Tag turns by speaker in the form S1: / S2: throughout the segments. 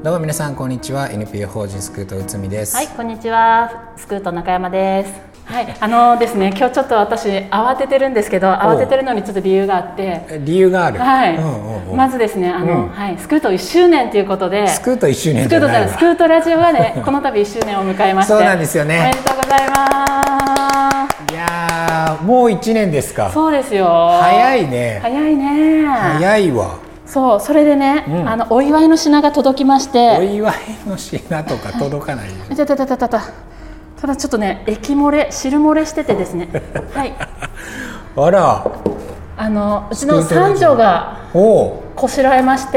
S1: どうも皆さんこんにちは。 NPO 法人スクートうつみです。
S2: はい、こんにちは。スクート中山です。はい、ですね、今日ちょっと私慌ててるんですけど、慌ててるのにちょっと理由があって。
S1: 理由がある。
S2: はい。まずですね、はい、スクート1周年ということで。
S1: スクート1周年じゃないわ。
S2: スクートラジオがね、この度1周年を迎えまして。
S1: そうなんですよね。
S2: おめでとうございます。
S1: いやー、もう1年ですか。
S2: そうですよ。
S1: 早いね。
S2: 早いね。
S1: 早いわ。
S2: そう、それでね、お祝いの品が届きまして。
S1: お祝いの品とか届かないよ。
S2: ただちょっとね、液漏れ、汁漏れしててですね。はい。
S1: あら。
S2: うちの三女がこしらえまして。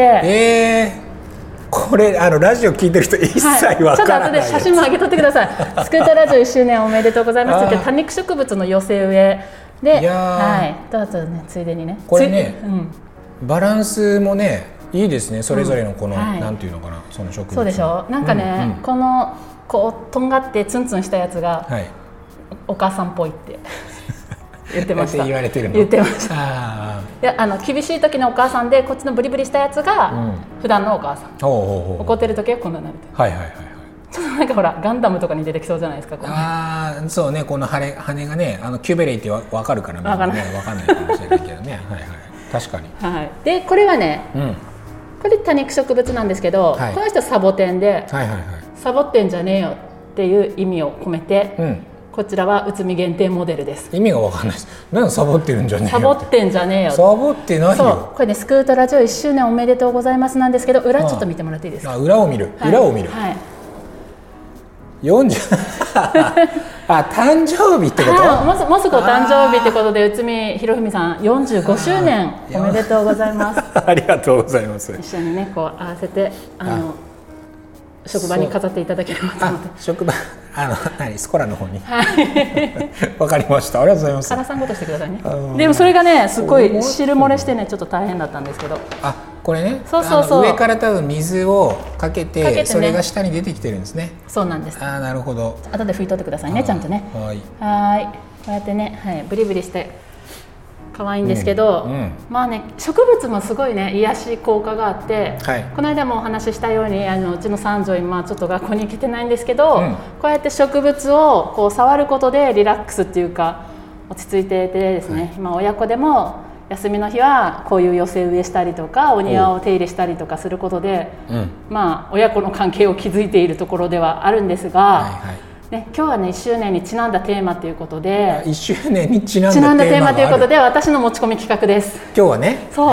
S1: これラジオ聞いてる人一切わからない、
S2: ちょっと後で写真も上げとってください。スクートラジオ1周年おめでとうございますって多肉植物の寄せ植えで、はい。どうぞね、ついでにね。
S1: これね、バランスもねいいですね。それぞれのこの、なんていうのかな、その植物。
S2: そうでしょ。なんかね、このこうとんがってツンツンしたやつが、お母さんっぽいって言ってました。
S1: 言われてるの。
S2: 言ってました。いや、厳しい時のお母さんで、こっちのブリブリしたやつが普段のお母さん。怒ってる時はこんなになると。ちょっとなんかほらガンダムとかに出てきそうじゃないですか。
S1: そうね、この羽がね、キューベレイってわかるからね、わかんないかもしれないけどね。確かに。
S2: でこれはね、これ多肉植物なんですけど、この人サボテンで、サボってんじゃねえよっていう意味を込めて、こちらはうつみ限定モデルです。
S1: 意味がわかんないです。何サボってるんじゃねえよ。
S2: サボってんじゃねえよ。
S1: サボってないよ。
S2: そう、これね、スクートラジオ1周年おめでとうございますなんですけど、裏ちょっと見てもらっていいですか。
S1: 裏を見る。裏を見る。40誕生日ってこと？
S2: もうすぐお誕生日ってことで、内海博文さん45周年おめでとうございます。
S1: ありがとうございます。
S2: 一緒にね、こう合わせて職場に飾っていただければと思って。
S1: 職場スコラの方に。わかりました。ありがとうございます。
S2: カラさんごとしてくださいね。でもそれがね、すごい汁漏れしてね、ちょっと大変だったんですけど。
S1: これね、
S2: そう
S1: 上から多分水をかけて、それが下に出てきてるんですね。
S2: そうなんです。
S1: なるほど。
S2: 後で拭いとってくださいね、ちゃんとね。はい。こうやってね、ブリブリして可愛いんですけど、まあね、植物もすごいね、癒し効果があって、この間もお話ししたように、うちの三女今ちょっと学校に行けてないんですけど、こうやって植物をこう触ることでリラックスっていうか落ち着いててですね、今親子でも休みの日はこういう寄せ植えしたりとか、お庭を手入れしたりとかすることで、まあ親子の関係を築いているところではあるんですが、ね、今日はね、1周年にちなんだテーマということで、
S1: 1周年にちなんだテーマ
S2: ということで、私の持ち込み企画です。
S1: 今日はね、
S2: そう、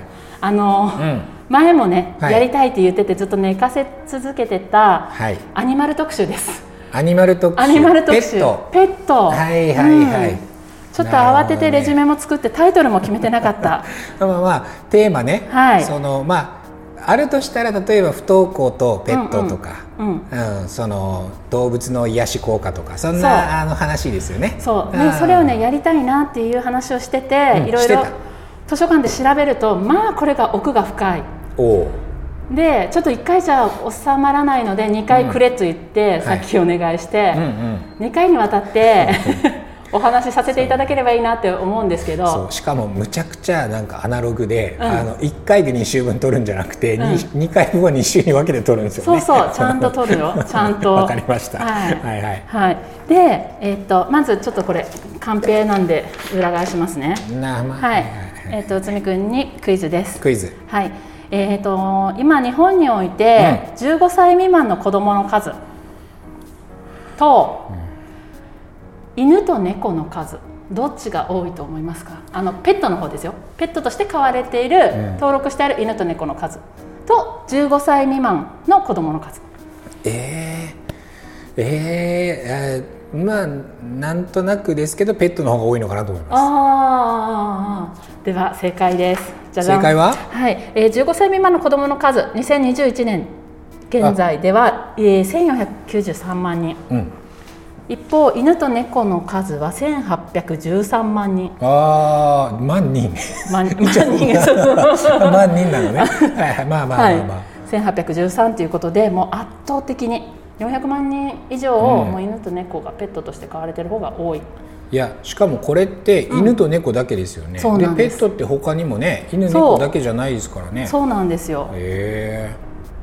S2: 前もね、やりたいって言っててずっと寝かせ続けてたアニマル特集です。
S1: アニマル特集、
S2: ペット。ちょっと慌ててレジュメも作ってタイトルも決めてなかった。
S1: テーマね、あるとしたら、例えば不登校とペットとか、その動物の癒し効果とか、そんな話ですよね。
S2: それをね、やりたいなっていう話をしてて、いろいろ図書館で調べると、まあこれが奥が深い。でちょっと1回じゃ収まらないので、2回くれと言ってさっきお願いして、2回にわたってお話しさせていただければいいなって思うんですけど、
S1: しかもむちゃくちゃなんかアナログで、1回で2週分取るんじゃなくて、2回分を2週に分けて取るんですよね。
S2: そうちゃんと取るよ。ちゃんと。
S1: わかりました。
S2: で、まずちょっとこれカンペなんで裏返しますね。内海くんにクイズです。
S1: クイズ。
S2: 今日本において15歳未満の子どもの数と、犬と猫の数、どっちが多いと思いますか？ペットの方ですよ。ペットとして飼われている、登録してある犬と猫の数と15歳未満の子どもの数。
S1: なんとなくですけど、ペットの方が多いのかなと思います。
S2: では正解です。
S1: じゃじゃん。正解は、
S2: 15歳未満の子どもの数、2021年現在では1493万人。一方、犬と猫の数は1813万人。
S1: 万人。万人なのね。
S2: 1813ということで、もう圧倒的に400万人以上を、もう犬と猫がペットとして飼われている方が多い。
S1: いや、しかもこれって犬と猫だけですよね。でペットって他にもね、犬猫だけじゃないですからね。
S2: そうなんですよ。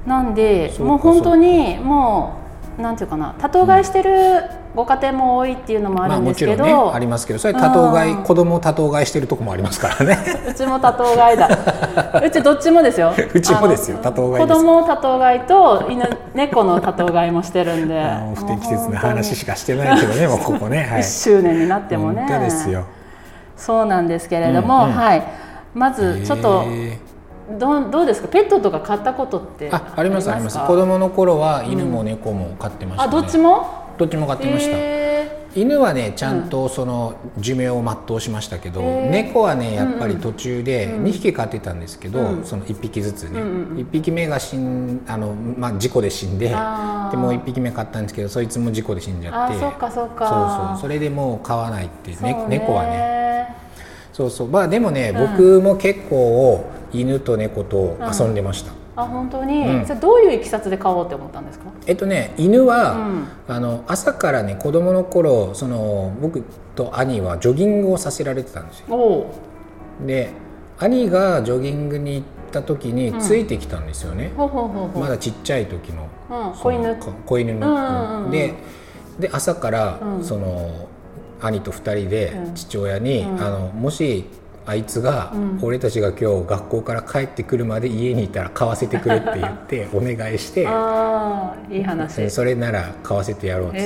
S2: なんでもう本当にもうなんていうかな、多頭飼いしてるご家庭も多いっていうのもあるんですけど、
S1: もちろんねありますけど、それ多頭飼い、子供を多頭飼いしてるとこもありますからね。
S2: うちも多頭飼いだ。うちどっちもですよ。
S1: うちもですよ、多頭飼いです。
S2: 子供多頭飼いと猫の多頭飼いもしてるんで。
S1: 不適切な話しかしてないけどね、もうここね。
S2: 1周年になってもね。
S1: 本当ですよ。
S2: そうなんですけれども、はい。まずちょっと。どうですか、ペットとか飼ったことって
S1: ありますあります。子供の頃は犬も猫も飼ってましたね。
S2: どっちも
S1: 飼ってました。犬はねちゃんとその寿命を全うしましたけど、猫はねやっぱり途中で2匹飼ってたんですけど、その1匹ずつね、1匹目が事故で死んで、でもう1匹目飼ったんですけど、そいつも事故で死んじゃって、そうそれでもう飼わないって、猫はね、そうでもね、僕も結構犬と猫と遊んでました。
S2: 本当に、それどういういきさつで飼おうって思ったんですか？
S1: 犬は、朝からね子供の頃僕と兄はジョギングをさせられてたんですよ。で兄がジョギングに行った時についてきたんですよね。まだちっちゃい時の子犬の。で朝から兄と2人で父親にもしあいつが俺たちが今日学校から帰ってくるまで家にいたら飼わせてくれって言ってお願いして、
S2: いい話。
S1: それなら飼わせてやろうっつって、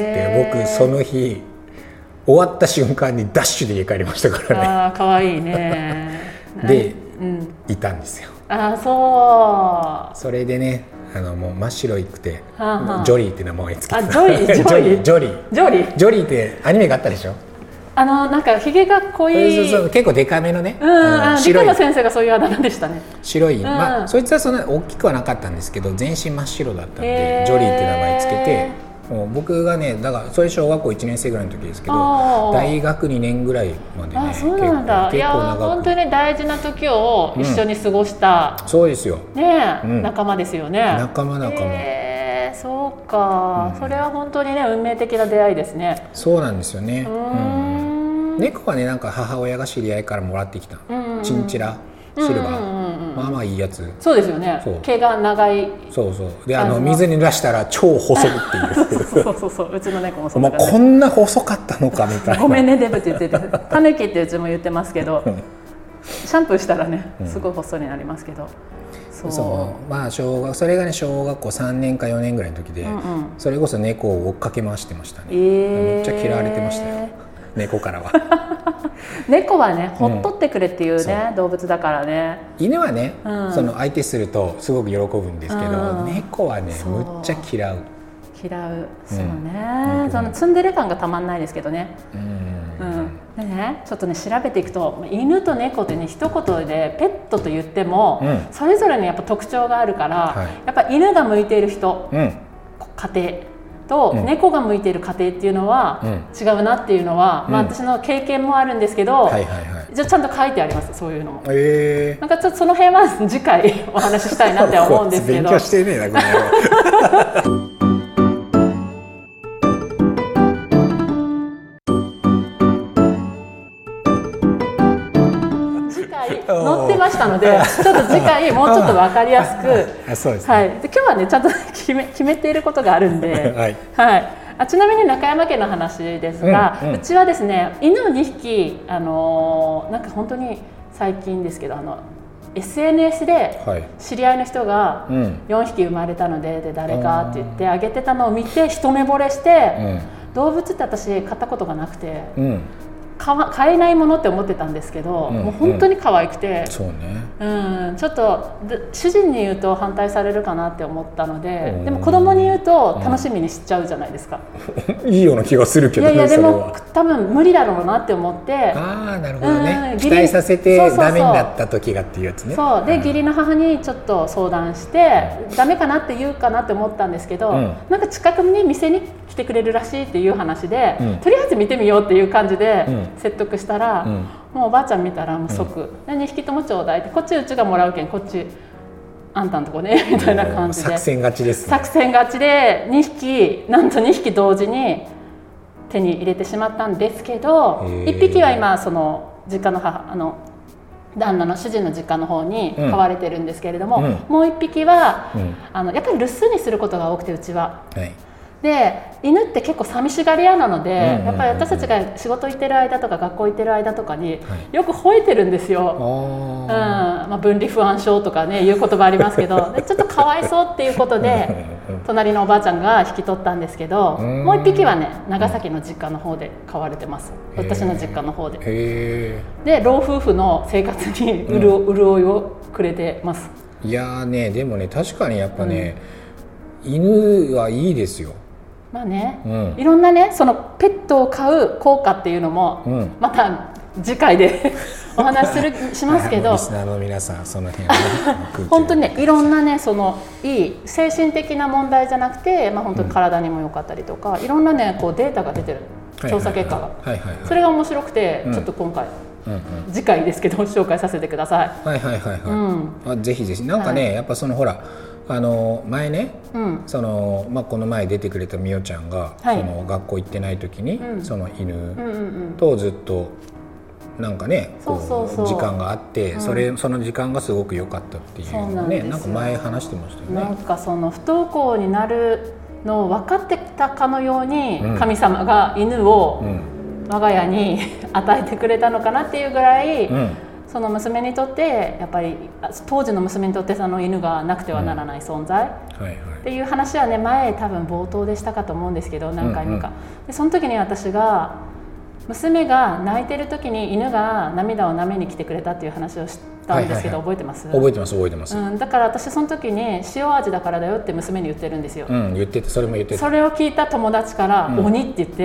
S1: 僕その日終わった瞬間にダッシュで家帰りましたからね。
S2: かわいいね。
S1: で、いたんですよ。
S2: そ
S1: れでねもう真っ白いくてジョリーって名前つけてた。
S2: ジョリ
S1: ーってアニメがあったでしょ。
S2: なんかひげが濃い、
S1: 結構デカめのね、
S2: 理科の先生がそういうあだ名でしたね。
S1: 白い、そいつはそんな大きくはなかったんですけど、全身真っ白だったんでジョリーって名前つけて、もう僕がねだからそれ小学校1年生ぐらいの時ですけど、大学2年ぐらいまでね。
S2: そうなんだ。いや本当に大事な時を一緒に過ごした、
S1: そうですよ
S2: ね、仲間ですよね。
S1: 仲間
S2: そうか、それは本当にね運命的な出会いですね。
S1: そうなんですよね。猫はねなんか母親が知り合いからもらってきたチンチラシルバー、まあまあいいやつ。
S2: そうですよね。毛が長い。
S1: で水に出したら超細いっていう。
S2: そううちの猫もそうだから、
S1: もうこんな細かったのかみたいな。
S2: ごめんねデブって言ってて、タヌキってうちも言ってますけど、シャンプーしたらねすごい細になりますけど。それがね小学校3年か4年ぐらいの時で、それこそ猫を追っかけ回してましたね。めっちゃ嫌われてましたよ、猫からは。 猫はねほっとってくれっていうね、動物だからね。
S1: 犬はね、相手するとすごく喜ぶんですけど、猫はねむっちゃ嫌う。
S2: そうね、そのツンデレ感がたまんないですけどね。でね、ちょっとね調べていくと、犬と猫ってね一言でペットと言っても、それぞれのやっぱ特徴があるから、やっぱ犬が向いている人、家庭と猫が向いている家庭っていうのは違うなっていうのは、私の経験もあるんですけど、じゃちゃんと書いてあります、そういうのも。なんかちょっとその辺は次回お話ししたいなって思うんですけど。
S1: 勉強してねえなこれ。
S2: 載ってましたので、ちょっと次回もうちょっと分かりやすく、で今日はねちゃんと決めていることがあるんで、ちなみに中山家の話ですが、うちはですね犬を2匹なんか本当に最近ですけどSNS で知り合いの人が4匹生まれたので、誰かって言ってあげてたのを見て一目惚れして、動物って私飼ったことがなくて。買えないものって思ってたんですけど、もう本当に可愛くて、ちょっと主人に言うと反対されるかなって思ったので、でも子供に言うと楽しみにしちゃうじゃないですか。
S1: いいような気がするけどね。
S2: いやでも多分無理だろうなって思って、
S1: なるほどね、期待させてダメになった時がっていうやつね。
S2: そうで義理の母にちょっと相談してダメかなって言うかなって思ったんですけど、なんか近くに店に来てくれるらしいっていう話で、とりあえず見てみようっていう感じで説得したら、もうおばあちゃん見たらもう即2匹ともちょうだいって、こっちうちがもらうけんこっちあんたんとこねみたいな感じで
S1: 作戦勝ちですね。
S2: 作戦勝ちでなんと2匹同時に手に入れてしまったんですけど、1匹は今その実家の旦那の主人の実家の方に飼われてるんですけれども、もう1匹は、やっぱり留守にすることが多くて、うちは。で犬って結構寂しがり屋なので、やっぱり私たちが仕事行ってる間とか学校行ってる間とかによく吠えてるんですよ。分離不安症とかねいう言葉ありますけどちょっとかわいそうっていうことで隣のおばあちゃんが引き取ったんですけど、もう1匹はね長崎の実家の方で飼われてます。私の実家の方で。で老夫婦の生活に潤いをくれてます。
S1: いやね、でもね確かにやっぱね、犬はいいですよ。
S2: まあね、いろんなねそのペットを飼う効果っていうのも、また次回でお話しますけど
S1: リスナーの皆さんその辺
S2: 本当にねいろんなねそのいい精神的な問題じゃなくて、本当に体にも良かったりとか、いろんなねこうデータが出てる調査結果が、それが面白くて、ちょっと今回、次回ですけど紹介させてください。
S1: ぜひぜひなんかね、やっぱそのほら前ね、そのこの前出てくれたみおちゃんが、その学校行ってない時に、その犬とずっとなんかね時間があって、その時間がすごく良かったっていうのね、なんか前話してましたよね。
S2: なんかその不登校になるのを分かってたかのように、神様が犬を我が家に与えてくれたのかなっていうぐらい、その娘にとってやっぱり当時の娘にとってその犬がなくてはならない存在っていう話はね前多分冒頭でしたかと思うんですけど、何回目かでその時に私が娘が泣いてる時に犬が涙を舐めに来てくれたっていう話をしたんですけど、覚えてます？
S1: 覚えてます、
S2: だから私その時に塩味だからだよって娘に言ってるんですよ。
S1: 言ってて、それも言ってて、
S2: それを聞いた友達から鬼って言って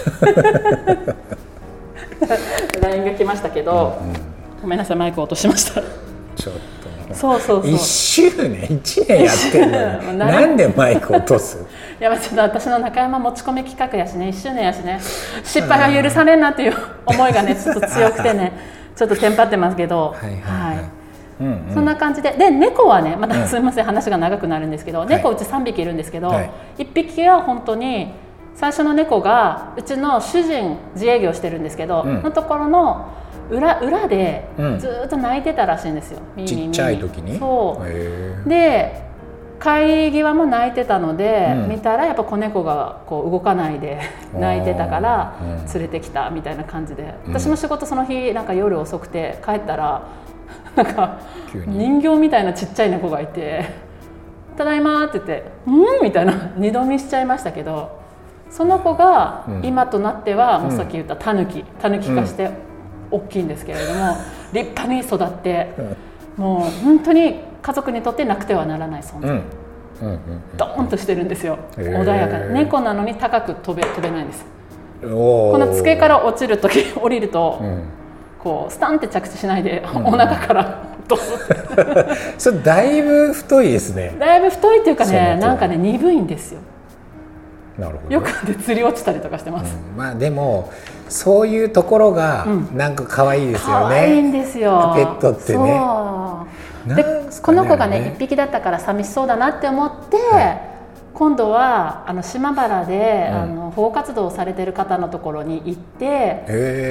S2: LINE が来ましたけど、ごめんなさいマイク落としました。
S1: ちょっと
S2: そう
S1: 1周年1年やってんのになんでマイク落とす？
S2: いやちょっと私の中山持ち込み企画やしね、1周年やしね、失敗は許されんなっていう思いがねちょっと強くてねちょっとテンパってますけど、そんな感じで、猫はねまたすみません話が長くなるんですけど、猫うち3匹いるんですけど、1匹は本当に最初の猫がうちの主人自営業してるんですけど、のところの裏でずっと泣いてたらしいんですよ、
S1: ちっちゃい時に。
S2: そうで帰り際も泣いてたので、見たらやっぱ子猫がこう動かないで泣いてたから連れてきたみたいな感じで、私の仕事その日なんか夜遅くて帰ったらなんか人形みたいなちっちゃい猫がいて「ただいま」って言って「うん?」みたいな二度見しちゃいましたけど、その子が今となってはもうさっき言ったタヌキ化して大きいんですけれども、立派に育ってもう本当に家族にとってなくてはならない存在、ドーンとしてるんですよ。穏やかで猫なのに高く飛べないんです。この机から落ちる時降りると、こうスタンって着地しないで、お腹からドスッ
S1: それだいぶ太いですね。
S2: だいぶ太いっていうかね、なんかね鈍いんですよ。
S1: なるほど。
S2: よくで釣り落ちたりとかしてます。
S1: まあでもそういうところがなんか可愛いですよね。可
S2: 愛いんですよ。
S1: ペットってね。
S2: でこの子がね1匹だったから寂しそうだなって思って、今度は島原で、保護活動をされてる方のところに行って、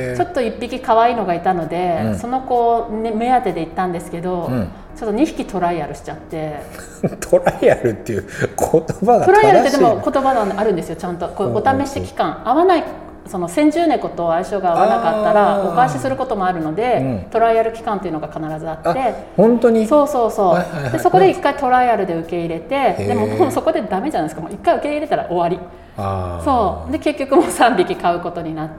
S2: ちょっと1匹可愛いのがいたので、その子、ね、目当てで行ったんですけど、ちょっと2匹トライアルしちゃって
S1: トライアルっていう言葉が正しい。
S2: トライアルってでも言葉があるんですよ、ちゃんと。こうお試し期間合わない、その先住猫と相性が合わなかったらお返しすることもあるので、トライアル期間っていうのが必ずあって、
S1: 本当に
S2: そうでそこで1回トライアルで受け入れて、でももうそこでダメじゃないですか、もう1回受け入れたら終わり。そうで結局もう3匹飼うことになって、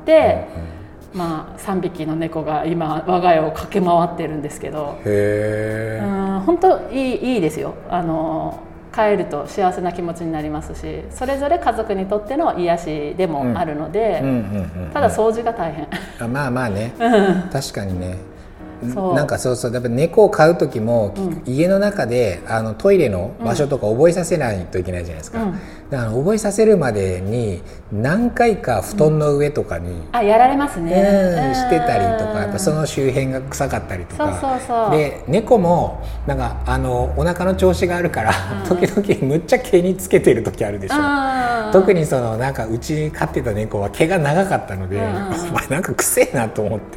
S2: まあ、3匹の猫が今我が家を駆け回ってるんですけど、本当いいですよ。帰ると幸せな気持ちになりますし、それぞれ家族にとっての癒しでもあるので、ただ掃除が大変。
S1: まあね、確かにね。なんかそうやっぱ猫を飼う時も、家の中でトイレの場所とか覚えさせないといけないじゃないですか。だから覚えさせるまでに何回か布団の上とかに、
S2: やられますね、
S1: してたりとか、やっぱその周辺が臭かったりとかで、猫もなんかお腹の調子があるから、時々むっちゃ毛につけてる時あるでしょ。特になんかうち飼ってた猫は毛が長かったので、お前なんか臭えなと思って。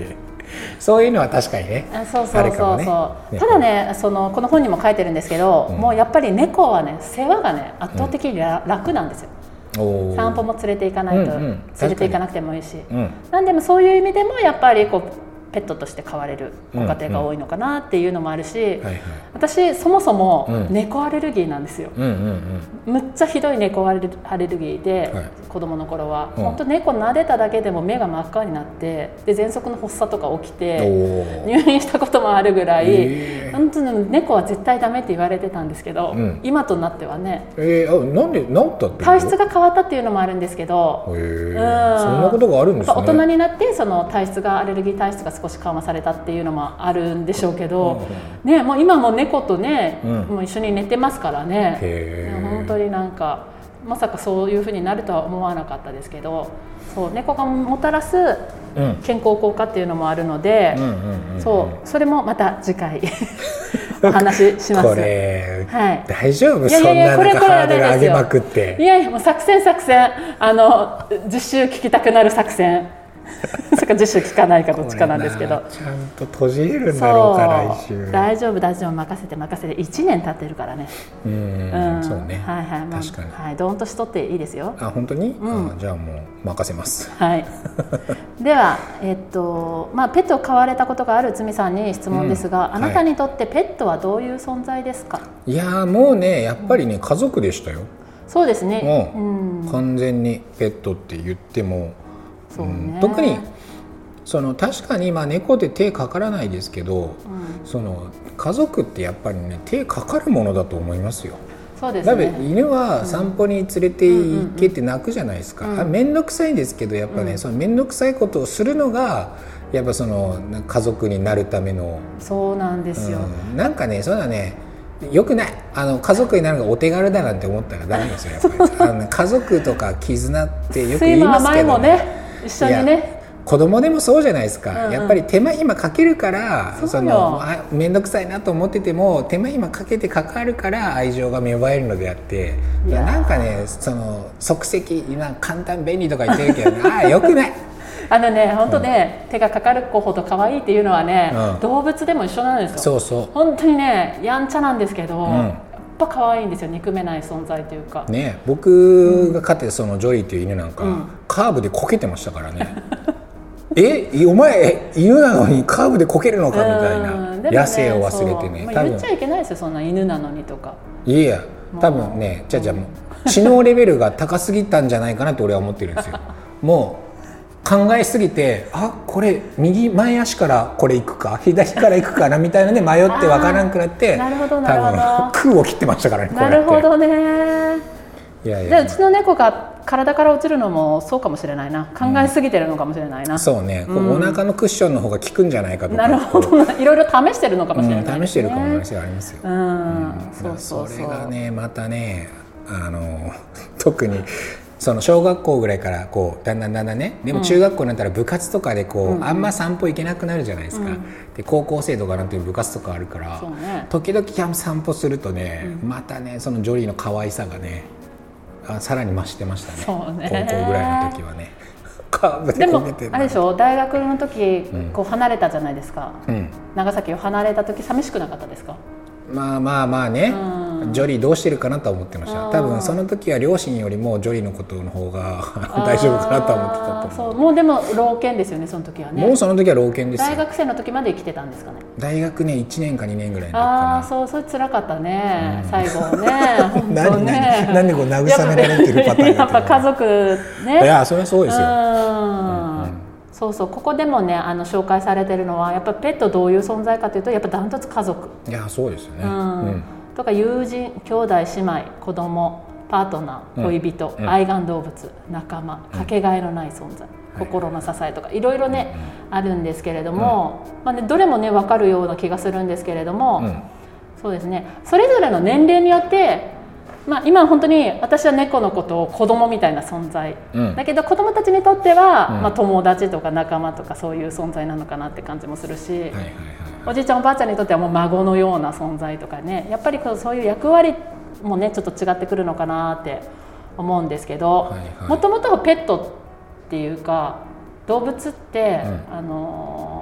S1: そういうのは確かにね。
S2: そうそうそうそう、ね、ただねこの本にも書いてるんですけど、もうやっぱり猫はね世話がね圧倒的に楽なんですよ。散歩も連れて行かないと、連れて行かなくてもいいし、なんでもそういう意味でもやっぱりこうペットとして飼われるご家庭が多いのかなっていうのもあるし、私そもそも猫アレルギーなんですよ。むっちゃひどい猫アレルギーで、子供の頃は本当猫撫でただけでも目が真っ赤になって、で喘息の発作とか起きて入院したこともあるぐらい、本当に猫は絶対ダメって言われてたんですけど、今となってはね、
S1: なんで治ったって？
S2: 体質が変わったっていうのもあるんですけど、
S1: そんなことがあるんですね。
S2: 大人になってその体質がアレルギー体質が少し緩和されたっていうのもあるんでしょうけど、ね、もう今も猫とね、もう一緒に寝てますからね。本当になんかまさかそういう風になるとは思わなかったですけど、そう猫がもたらす健康効果っていうのもあるので、それもまた次回お話しします。
S1: これ、大丈夫？そんななんかハードル上げまくって。
S2: いやもう作戦実習聞きたくなる作戦それか実習聞かないかどっちかなんですけど、
S1: ちゃんと閉じれるんだろうか来週。
S2: 大丈夫任せて1年経ってるからね。
S1: そうね、確かに、
S2: ドーンとしとっていいですよ。
S1: 本当に？じゃあもう任せます。
S2: では、ペットを飼われたことがあるつみさんに質問ですが、あなたにとってペットはどういう存在ですか？
S1: いやもうねやっぱりね、家族でしたよ。
S2: そうですね、
S1: 完全にペットって言っても、特に確かに猫で手かからないですけど、家族ってやっぱりね手かかるものだと思いますよ。
S2: そうですね、
S1: だって犬は散歩に連れて行けって泣くじゃないですか。面倒くさいんですけど、やっぱね、その面倒くさいことをするのがやっぱ家族になるための。
S2: そうなんですよ、
S1: なんかね、そうだね、よくない。家族になるのがお手軽だなんて思ったらダメですよ。やっぱり家族とか絆ってよく言いますけど、
S2: 一緒にね、
S1: 子供でもそうじゃないですか。やっぱり手間暇かけるから、面倒くさいなと思ってても手間暇かけて関わるから愛情が芽生えるのであって、なんかね即席今簡単便利とか言ってるけど、よくない。
S2: 本当ね、手がかかる子ほど可愛いっていうのはね、動物でも一緒なんですよ。本当にねやんちゃなんですけど、やっぱ可愛いんですよ。憎めない存在というか
S1: ね。僕が飼ってるジョリーっていう犬なんか、カーブでこけてましたからね。お前犬なのにカーブでこけるのかみたいな、野生を忘れてね。
S2: 言っちゃいけないですよ、そんな犬なのにとか。
S1: いや多分ね、じゃあもう知能レベルが高すぎたんじゃないかなって俺は思ってるんですよ。もう考えすぎて、これ右前足からこれ行くか左から行くかなみたいなね、迷って分からんくなって、多分空を切ってましたからね。
S2: なるほどね。じゃあうちの猫が体から落ちるのもそうかもしれないな。考えすぎてるのかもしれないな。
S1: そうね、お腹のクッションの方が効くんじゃないかとか。
S2: なるほど、いろいろ試してるのかもしれないですね。
S1: 試してる可能性がありますよ。それがねまたね、特に小学校ぐらいからだんだんね、でも中学校になったら部活とかであんま散歩行けなくなるじゃないですか。で高校生とかなんていう部活とかあるから、時々散歩するとね、またねジョリーの可愛さがねさらに増してましたね。高校ぐらいの時はね。
S2: でもあれでしょ、大学の時離れたじゃないですか。長崎を離れた時寂しくなかったですか？
S1: まあね、ジョリーどうしてるかなと思ってました。多分その時は両親よりもジョリーのことの方が大丈夫かなと思ってたと思う。
S2: もうでも老犬ですよね、その時はね。
S1: もうその時は老犬ですよ。
S2: 大学生の時まで生きてたんですかね。
S1: 大学ね1年か2年ぐらいの時かな。
S2: それ辛かったね、最後ね。
S1: なんで慰められてるパターン
S2: やっぱ家族ね。
S1: いやそれはそうですよ。
S2: ここでもね紹介されてるのはやっぱペットどういう存在かというと、やっぱダントツ家族。
S1: いやそうですよね。
S2: とか友人、兄弟姉妹、子供、パートナー、恋人、愛玩動物、仲間、かけがえのない存在、心の支えとかいろいろね、あるんですけれども、どれもね分かるような気がするんですけれども、そうですね、それぞれの年齢によって今本当に私は猫のことを子供みたいな存在、だけど子供たちにとっては、友達とか仲間とかそういう存在なのかなって感じもするし、おじいちゃんおばあちゃんにとってはもう孫のような存在とかね、やっぱりそういう役割もねちょっと違ってくるのかなって思うんですけど、もともとペットっていうか動物って、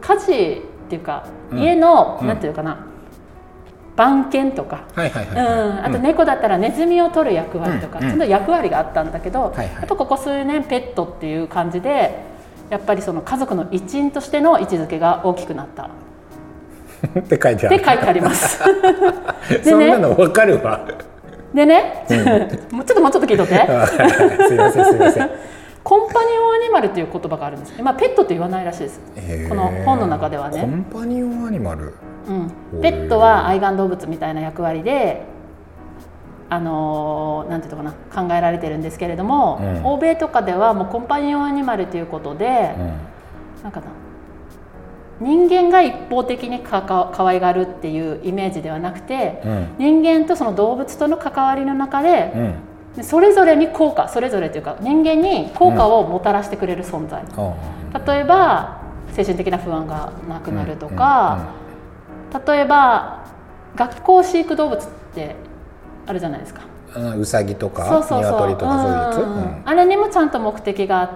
S2: 家事っていうか、家の、なんていうかな、番犬とか、あと猫だったらネズミを取る役割とか、ちょっと役割があったんだけど、やっぱここ数年ペットっていう感じでやっぱりその家族の一員としての位置づけが大きくなった
S1: って書いて
S2: あります
S1: そんなの分かるわ。
S2: でね、もうちょっと聞いとって
S1: すいません
S2: コンパニオンアニマルという言葉があるんです。ペットって言わないらしいです。この本の中ではね。
S1: コンパニオンアニマル、
S2: ペットは愛玩動物みたいな役割でなんていうのかな、考えられてるんですけれども、欧米とかではもうコンパニオンアニマルということで、なんかな、人間が一方的に可愛がるっていうイメージではなくて、人間とその動物との関わりの中で、それぞれに効果、それぞれというか人間に効果をもたらしてくれる存在、例えば精神的な不安がなくなるとか、例えば学校飼育動物ってあるじゃないですか。
S1: ウサギとか鶏とかそういうやつ、
S2: あれにもちゃんと目的があって、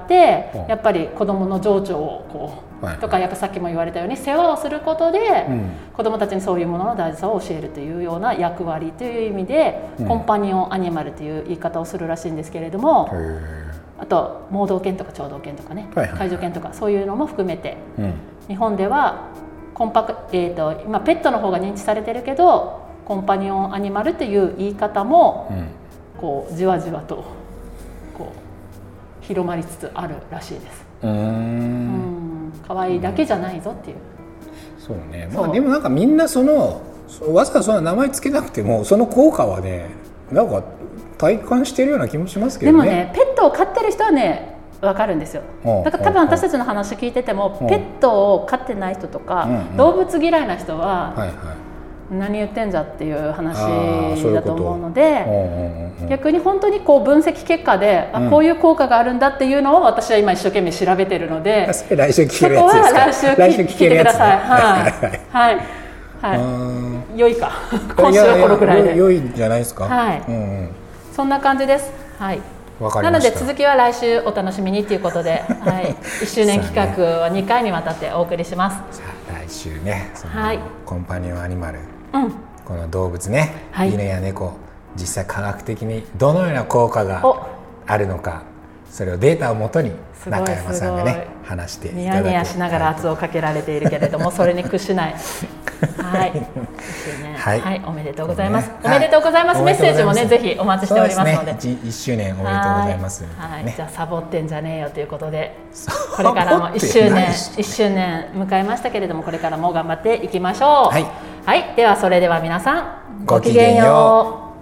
S2: やっぱり子どもの情緒をとか、やっぱさっきも言われたように世話をすることで、子どもたちにそういうものの大事さを教えるというような役割という意味で、コンパニオンアニマルという言い方をするらしいんですけれども、あと盲導犬とか聴導犬とかね、介助犬とかそういうのも含めて、日本では今ペットの方が認知されてるけど、コンパニオンアニマルという言い方も、こうじわじわとこう広まりつつあるらしいです。可愛いだけじゃないぞっていう。
S1: そうね。でもなんかみんなわざわざその名前つけなくてもその効果はね、なんか体感してるような気もしますけどね。
S2: でもね、ペットを飼ってる人はね分かるんですよ。だから多分私たちの話聞いてても、ペットを飼ってない人とか、動物嫌いな人は、何言ってんじゃっていう話だと思うので、逆に本当にこう分析結果で、こういう効果があるんだっていうのを私は今一生懸命調べてるので、
S1: それ来週聞けるやつですか。
S2: そこは来週聞いてください。はい、良いか今週はこのくらいで
S1: 良いんじゃないですか。
S2: そんな感じです。はい。なので続きは来週お楽しみにということで、1周年企画は2回にわたってお送りします。
S1: さあ来週ね、コンパニオンアニマル、この動物ね、犬や猫、実際科学的にどのような効果があるのか、それをデータをもとに中山さんがね話していただく。ニヤニヤしながら圧をかけられているけれども、それに屈しない。はい、おめでとうございます。おめでとうございます。メッセージもね、ぜひお待ちしておりますので。 1周年おめでとうございます。
S2: じゃあサボってんじゃねえよということで、これからも1周年迎えましたけれども、これからも頑張っていきましょう。はい、ではそれでは皆さんごきげんよう。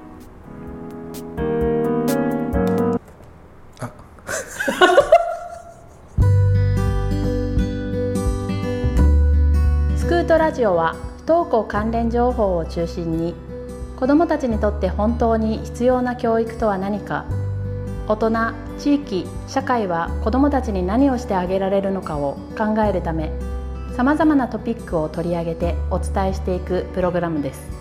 S2: スクートラジオは不登校関連情報を中心に、子どもたちにとって本当に必要な教育とは何か、大人、地域、社会は子どもたちに何をしてあげられるのかを考えるため、さまざまなトピックを取り上げてお伝えしていくプログラムです。